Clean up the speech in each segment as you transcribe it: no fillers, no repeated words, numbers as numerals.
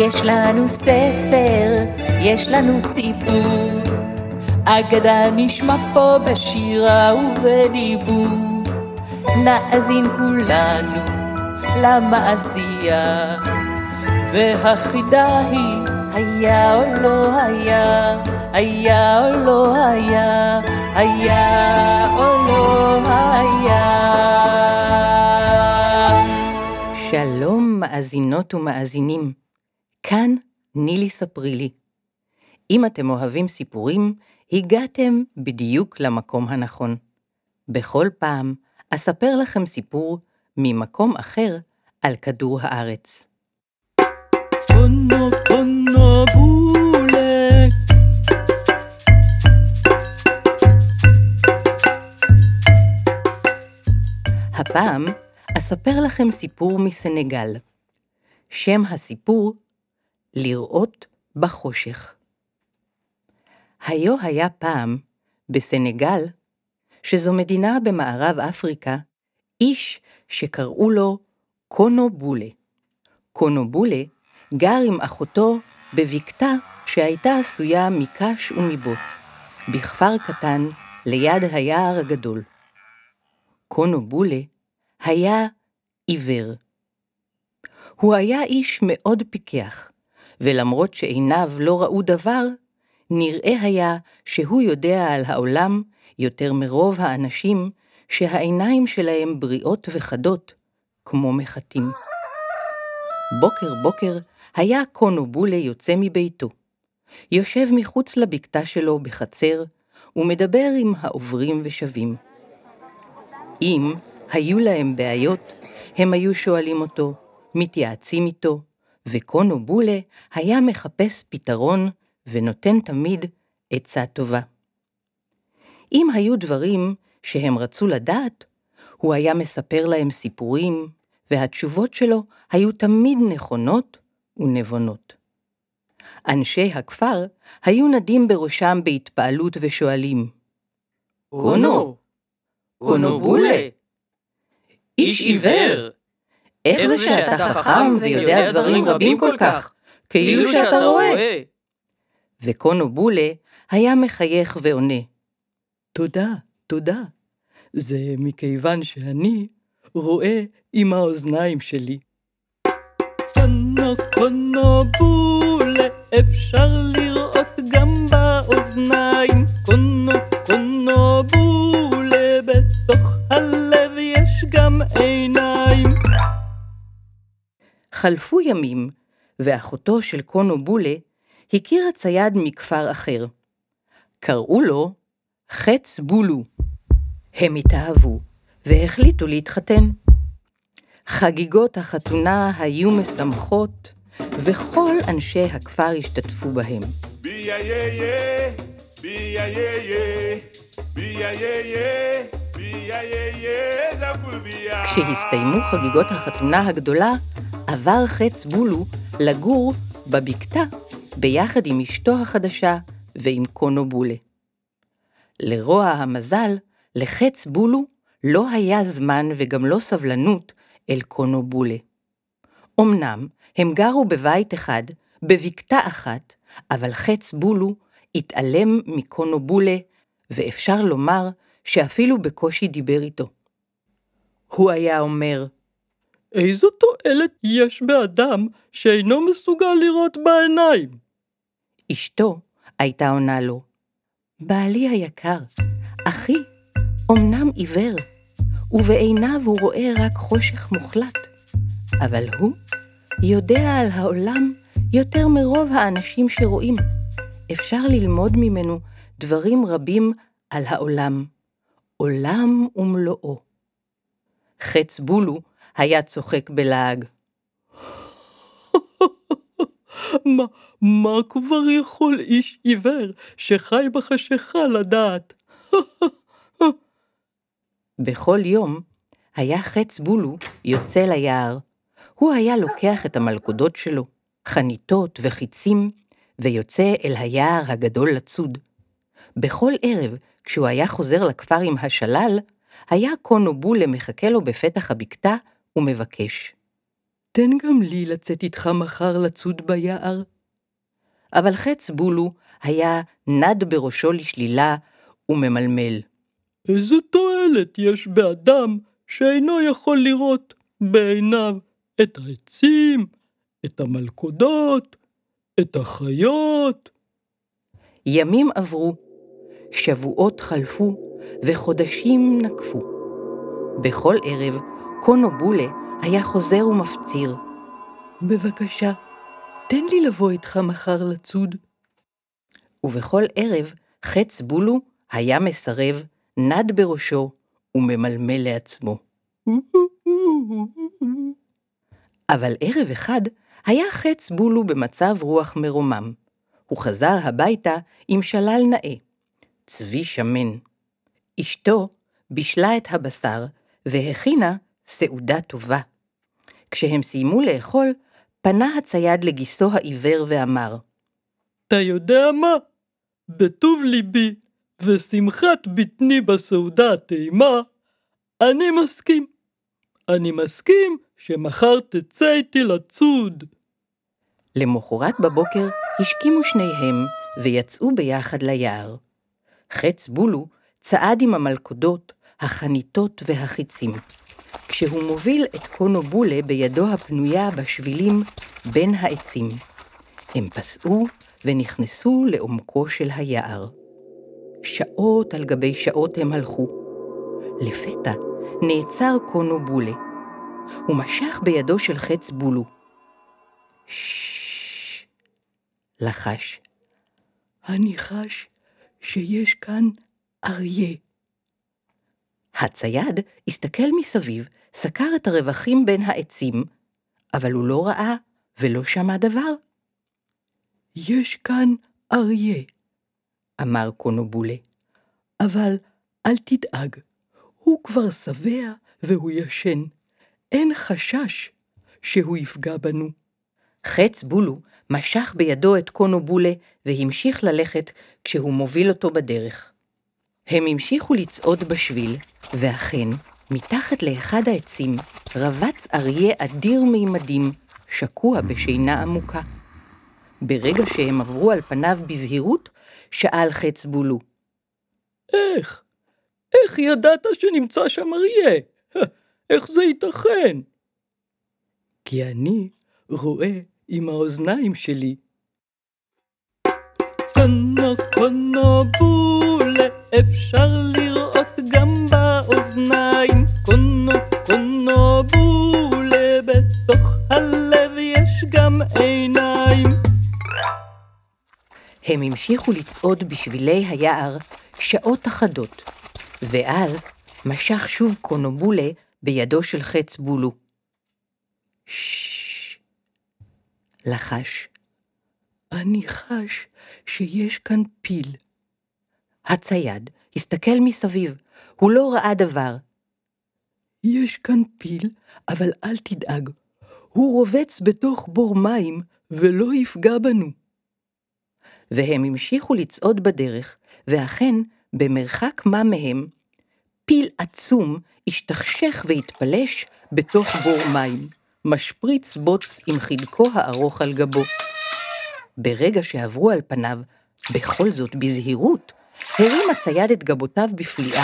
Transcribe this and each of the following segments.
יש לנו ספר, יש לנו סיפור, אגדה נשמע פה בשירה ובדיבור. נאזין כולנו למעשייה, והחידה היא היה או לא היה, היה או לא היה, היה או לא היה. שלום מאזינות ומאזינים, כאן נילי ספרי לי. אם אתם אוהבים סיפורים, הגעתם בדיוק למקום הנכון. בכל פעם אספר לכם סיפור ממקום אחר על כדור הארץ. קונו קונו בולה. הפעם אספר לכם סיפור מסנגל. שם הסיפור, לראות בחושך. היה פעם, בסנגל, שזו מדינה במערב אפריקה, איש שקראו לו קונו בולה. קונו בולה גר עם אחותו בבקתה שהייתה עשויה מקש ומבוץ, בכפר קטן ליד היער הגדול. קונו בולה היה עיוור. הוא היה איש מאוד פיקח, ולמרות שעיניו לא ראו דבר, נראה היה שהוא יודע על העולם יותר מרוב האנשים שהעיניים שלהם בריאות וחדות, כמו מחטים. בוקר היה קונו בולה יוצא מביתו. יושב מחוץ לבקתה שלו בחצר, ומדבר עם העוברים ושבים. אם היו להם בעיות, הם היו שואלים אותו, מתייעצים איתו, וקונו בולה היה מחפש פתרון ונותן תמיד עצה טובה. אם היו דברים שהם רצו לדעת, הוא היה מספר להם סיפורים, והתשובות שלו היו תמיד נכונות ונבונות. אנשי הכפר היו נדים בראשם בהתפעלות ושואלים, קונו בולה, איש עיוור, איך זה שאתה חכם ויודע דברים רבים כל כך, כאילו שאתה רואה? וקונו בולה היה מחייך ועונה, תודה. זה מכיוון שאני רואה עם האוזניים שלי. קונו בולה, אפשר לראות גם באוזניים. קונו בולה, בתוך הלב יש גם עיניים. חלפו ימים, ואחותו של קונו בולה הכירה צייד מכפר אחר. קראו לו חץ בולו. הם התאהבו והחליטו להתחתן. חגיגות החתונה היו משמחות, וכל אנשי הכפר השתתפו בהם. כשהסתיימו חגיגות החתונה הגדולה, עבר חץ בולו לגור בבקתה ביחד עם אשתו החדשה ועם קונו בולה. לרוע המזל, לחץ בולו לא היה זמן וגם לא סבלנות אל קונו בולה. אמנם הם גרו בבית אחד, בבקתה אחת, אבל חץ בולו התעלם מקונו בולה, ואפשר לומר שאפילו בקושי דיבר איתו. הוא היה אומר, איזו תועלת יש באדם שאינו מסוגל לראות בעיניים? אשתו הייתה עונה לו, בעלי היקר, אחי, אמנם עיוור, ובעיניו הוא רואה רק חושך מוחלט, אבל הוא יודע על העולם יותר מרוב האנשים שרואים. אפשר ללמוד ממנו דברים רבים על העולם, עולם ומלואו. חץ בולו היה צוחק בלעג. מה כבר יכול איש עיוור שחי בחשיכה לדעת? בכל יום היה חץ בולו יוצא ליער. הוא היה לוקח את המלכודות שלו, חניתות וחיצים, ויוצא אל היער הגדול לצוד. בכל ערב, כשהוא היה חוזר לכפר עם השלל, היה קונו בולה מחכה לו בפתח הבקתה ומבקש. תן גם לי לצאת איתך מחר לצוד ביער. אבל חץ בולו היה נד בראשו לשלילה וממלמל. איזו תועלת יש באדם שאינו יכול לראות בעיניו את העצים, את המלכודות, את החיות. ימים עברו, שבועות חלפו וחודשים נקפו. בכל ערב קונו בולה היה חוזר ומפציר. בבקשה, תן לי לבוא איתך מחר לצוד. ובכל ערב חץ בולו היה מסרב, נד בראשו וממלמל לעצמו. אבל ערב אחד היה חץ בולו במצב רוח מרומם. הוא חזר הביתה עם שלל נאה, צבי שמן. אשתו בישלה את הבשר והכינה סעודה טובה. כשהם סיימו לאכול, פנה הצייד לגיסו העיוור ואמר, אתה יודע מה? בטוב ליבי ושמחת בטני בסעודה הטעימה, אני מסכים. אני מסכים שמחר תצא איתי לצוד. למחרת בבוקר השכימו שניהם ויצאו ביחד ליער. חץ בולו צעד עם המלכודות, החניתות והחיצים, כשהוא מוביל את קונו בולה בידו הפנויה בשבילים בין העצים. הם פסעו ונכנסו לעומקו של היער. שעות על גבי שעות הם הלכו. לפתע נעצר קונו בולה. הוא משך בידו של חץ בולו. ששש, לחש. אני חש שיש כאן אריה. הצייד הסתכל מסביב, סקר את הרווחים בין העצים, אבל הוא לא ראה ולא שמע דבר. יש כאן אריה, אמר קונו בולה. אבל אל תדאג, הוא כבר שבע והוא ישן. אין חשש שהוא יפגע בנו. חץ בולו משך בידו את קונו בולה והמשיך ללכת כשהוא מוביל אותו בדרך. הם המשיכו לצעוד בשביל, ואכן, מתחת לאחד העצים, רבץ אריה אדיר מימדים, שקוע בשינה עמוקה. ברגע שהם עברו על פניו בזהירות, שאל חץ בולו. איך ידעת שנמצא שם אריה? איך זה ייתכן? כי אני רואה עם האוזניים שלי. קונו בולה, אפשר לראות גם באוזניים. קונו בולה, בתוך הלב יש גם עיניים. הם המשיכו לצעוד בשבילי היער שעות אחדות, ואז משך שוב קונו בולה בידו של חץ בולו. ששש, לחש. אני חש שיש כאן פיל. הצייד הסתכל מסביב, הוא לא ראה דבר. יש כאן פיל, אבל אל תדאג, הוא רובץ בתוך בור מים ולא יפגע בנו. והם המשיכו לצעוד בדרך, ואכן, במרחק מה מהם, פיל עצום השתכשך והתפלש בתוך בור מים, משפריץ בוץ עם חדקו הארוך על גבו. ברגע שעברו על פניו, בכל זאת בזהירות, הרים הצייד את גבותיו בפליאה.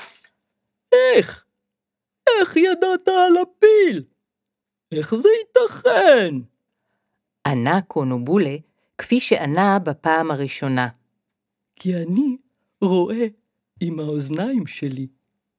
איך ידעת על הפיל? איך זה ייתכן? ענה קונו בולה, כפי שענה בפעם הראשונה. כי אני רואה עם האוזניים שלי.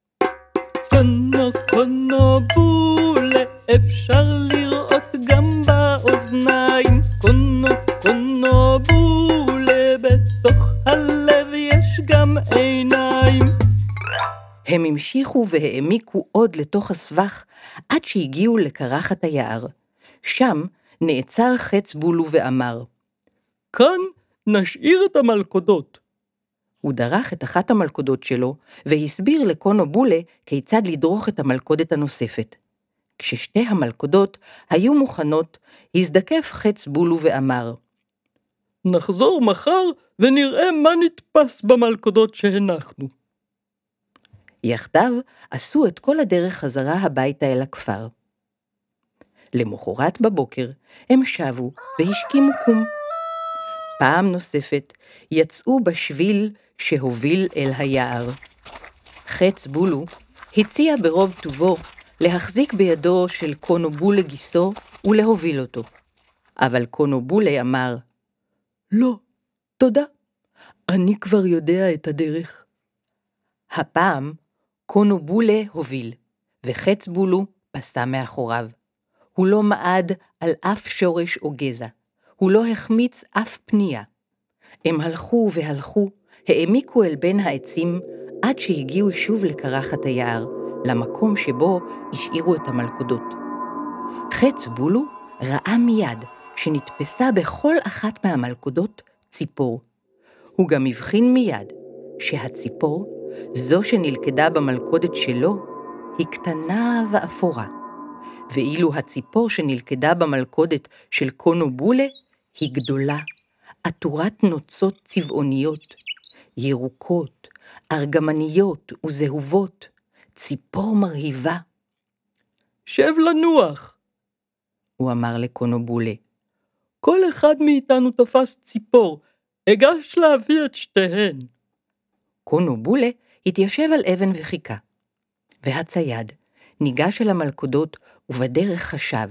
קונו בולה, אפשר לראות גם באוזניים. קונו בולה, בתוך הלב יש גם עיניים. הם המשיכו והעמיקו עוד לתוך הסבך, עד שהגיעו לקרחת היער. שם נעצר חץ בולו ואמר, כאן נשאיר את המלכודות. הוא דרך את אחת המלכודות שלו, והסביר לקונו בולה כיצד לדרוך את המלכודת הנוספת. כששתי המלכודות היו מוכנות, הזדקף חץ בולו ואמר, נחזור מחר ונראה מה נתפס במלכודות שהנחנו. יחדיו עשו את כל הדרך חזרה הביתה אל הכפר. למחרת בבוקר הם שבו והשכימו קום. פעם נוספת יצאו בשביל שהוביל אל היער. חץ בולו הציע ברוב טובו להחזיק בידו של קונובולה גיסו ולהוביל אותו. אבל קונובולה אמר, לא, תודה, אני כבר יודע את הדרך. הפעם קונובולה הוביל, וחץ בולו פסע מאחוריו. הוא לא מעד על אף שורש או גזע, הוא לא החמיץ אף פנייה. הם הלכו והלכו, העמיקו אל בין העצים, עד שהגיעו שוב לקרחת היער, למקום שבו השאירו את המלכודות. חץ בולו ראה מיד שנתפסה בכל אחת מהמלכודות ציפור. הוא גם הבחין מיד שהציפור, זו שנלכדה במלכודת שלו, היא קטנה ואפורה, ואילו הציפור שנלכדה במלכודת של קונובולה היא גדולה, עטורת נוצות צבעוניות, ירוקות, ארגמניות וזהובות, ציפור מרהיבה. שב לנוח, הוא אמר לקונובולה. כל אחד מאיתנו תפס ציפור, אגש להביא את שתיהן. קונובולה התיישב על אבן וחיכה, והצייד ניגש אל המלכודות ובדרך חשב.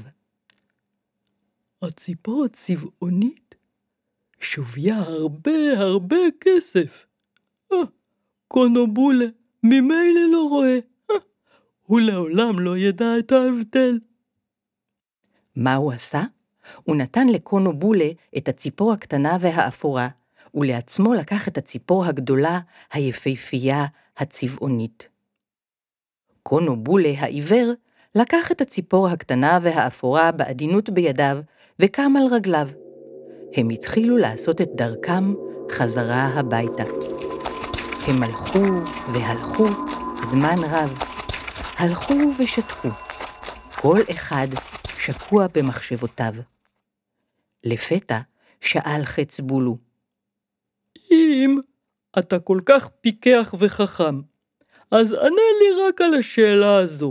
הציפור הצבעונית שוויה הרבה כסף. קונובולה ממילא לא רואה. הוא לעולם לא ידע את ההבדל. מה הוא עשה? הוא נתן לקונובולה את הציפור הקטנה והאפורה, ולעצמו לקח את הציפור הגדולה, היפהפייה, הצבעונית. קונובולה העיוור לקח את הציפור הקטנה והאפורה בעדינות בידיו וקם על רגליו. הם התחילו לעשות את דרכם חזרה הביתה. הם הלכו והלכו זמן רב. הלכו ושתקו. כל אחד שקוע במחשבותיו. לפתע שאל חץ בולו. אם אתה כל כך פיקח וחכם, אז ענה לי רק על השאלה הזו.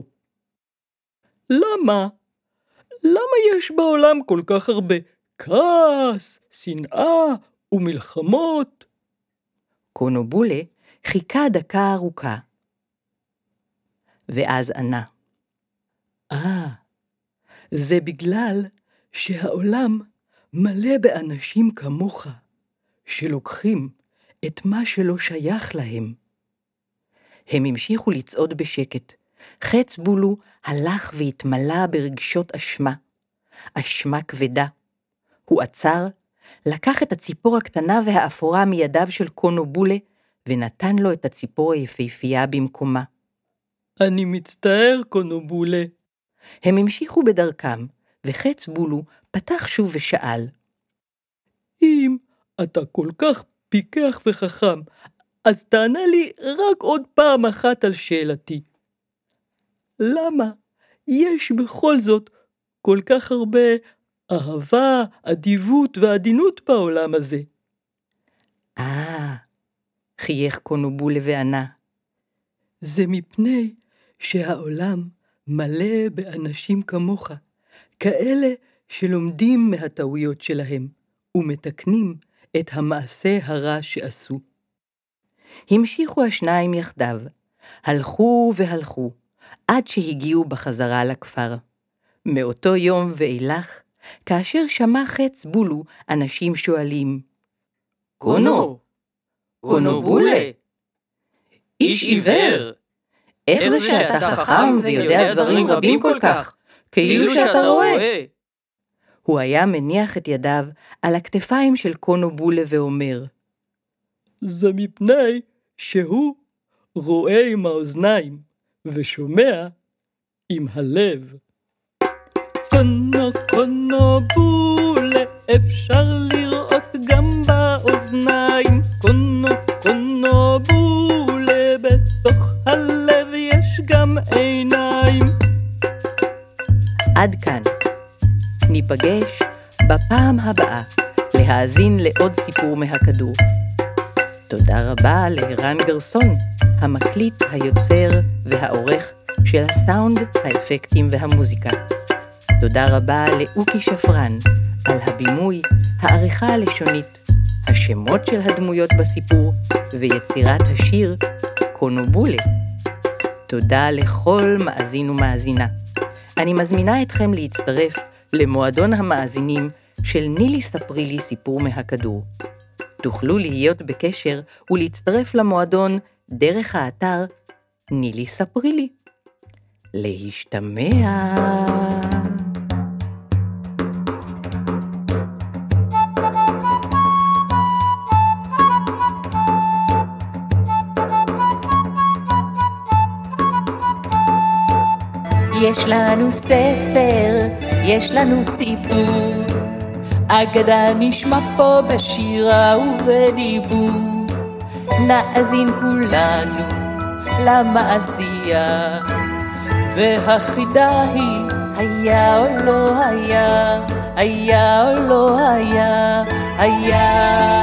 למה יש בעולם כל כך הרבה כעס, שנאה ומלחמות? קונובולה חיכה דקה ארוכה, ואז ענה. זה בגלל שהעולם מלא באנשים כמוך, שלוקחים את מה שלא שייך להם. הם המשיכו לצעוד בשקט. חץ בולו הלך והתמלא ברגשות אשמה, אשמה כבדה. הוא עצר, לקח את הציפור הקטנה והאפורה מידיו של קונובולה, ונתן לו את הציפור היפהפייה במקומה. אני מצטער, קונובולה. הם המשיכו בדרכם, וחץ בולו פתח שוב ושאל. אם אתה כל כך פיקח וחכם, אז תענה לי רק עוד פעם אחת על שאלתי. למה יש בכל זאת כל כך הרבה אהבה, אדיבות ועדינות בעולם הזה? חייך קונובולה וענה. זה מפני שהעולם מלא באנשים כמוך, כאלה שלומדים מהטעויות שלהם ומתקנים את המעשה הרע שעשו. המשיכו השניים יחדיו, הלכו והלכו, עד שהגיעו בחזרה לכפר. מאותו יום ואילך, כאשר שמע חץ בולו אנשים שואלים, קונובולה, איש עיוור, איך זה שאתה חכם ויודע דברים רבים כל כך, כאילו שאתה רואה? הוא היה מניח את ידיו על הכתפיים של קונובולה ואומר, זה מפני שהוא רואה עם האוזניים ושומע עם הלב. קונובולה, אפשר לראות גם באוזניים. קונובולה, בתוך הלב יש גם עיניים. עד כאן. ניפגש בפעם הבאה להאזין לעוד סיפור מהכדור. תודה רבה לערן גרסון, המקליט, היוצר והעורך של הסאונד, האפקטים והמוזיקה. תודה רבה לאוקי שפרן על הבימוי, העריכה הלשונית, השמות של הדמויות בסיפור ויצירת השיר קונובולה. תודה לכל מאזין ומאזינה. אני מזמינה אתכם להצטרף למועדון המאזינים של נילי ספרי לי סיפור מהכדור. תוכלו להיות בקשר ולהצטרף למועדון דרך האתר נילי ספרי לי. להשתמע. יש לנו ספר, יש לנו סיפור, אגדה נשמע פה בשירה ובדיבור. נאזין כולנו למעשייה, והחידה היא היה או לא היה, היה או לא היה, היה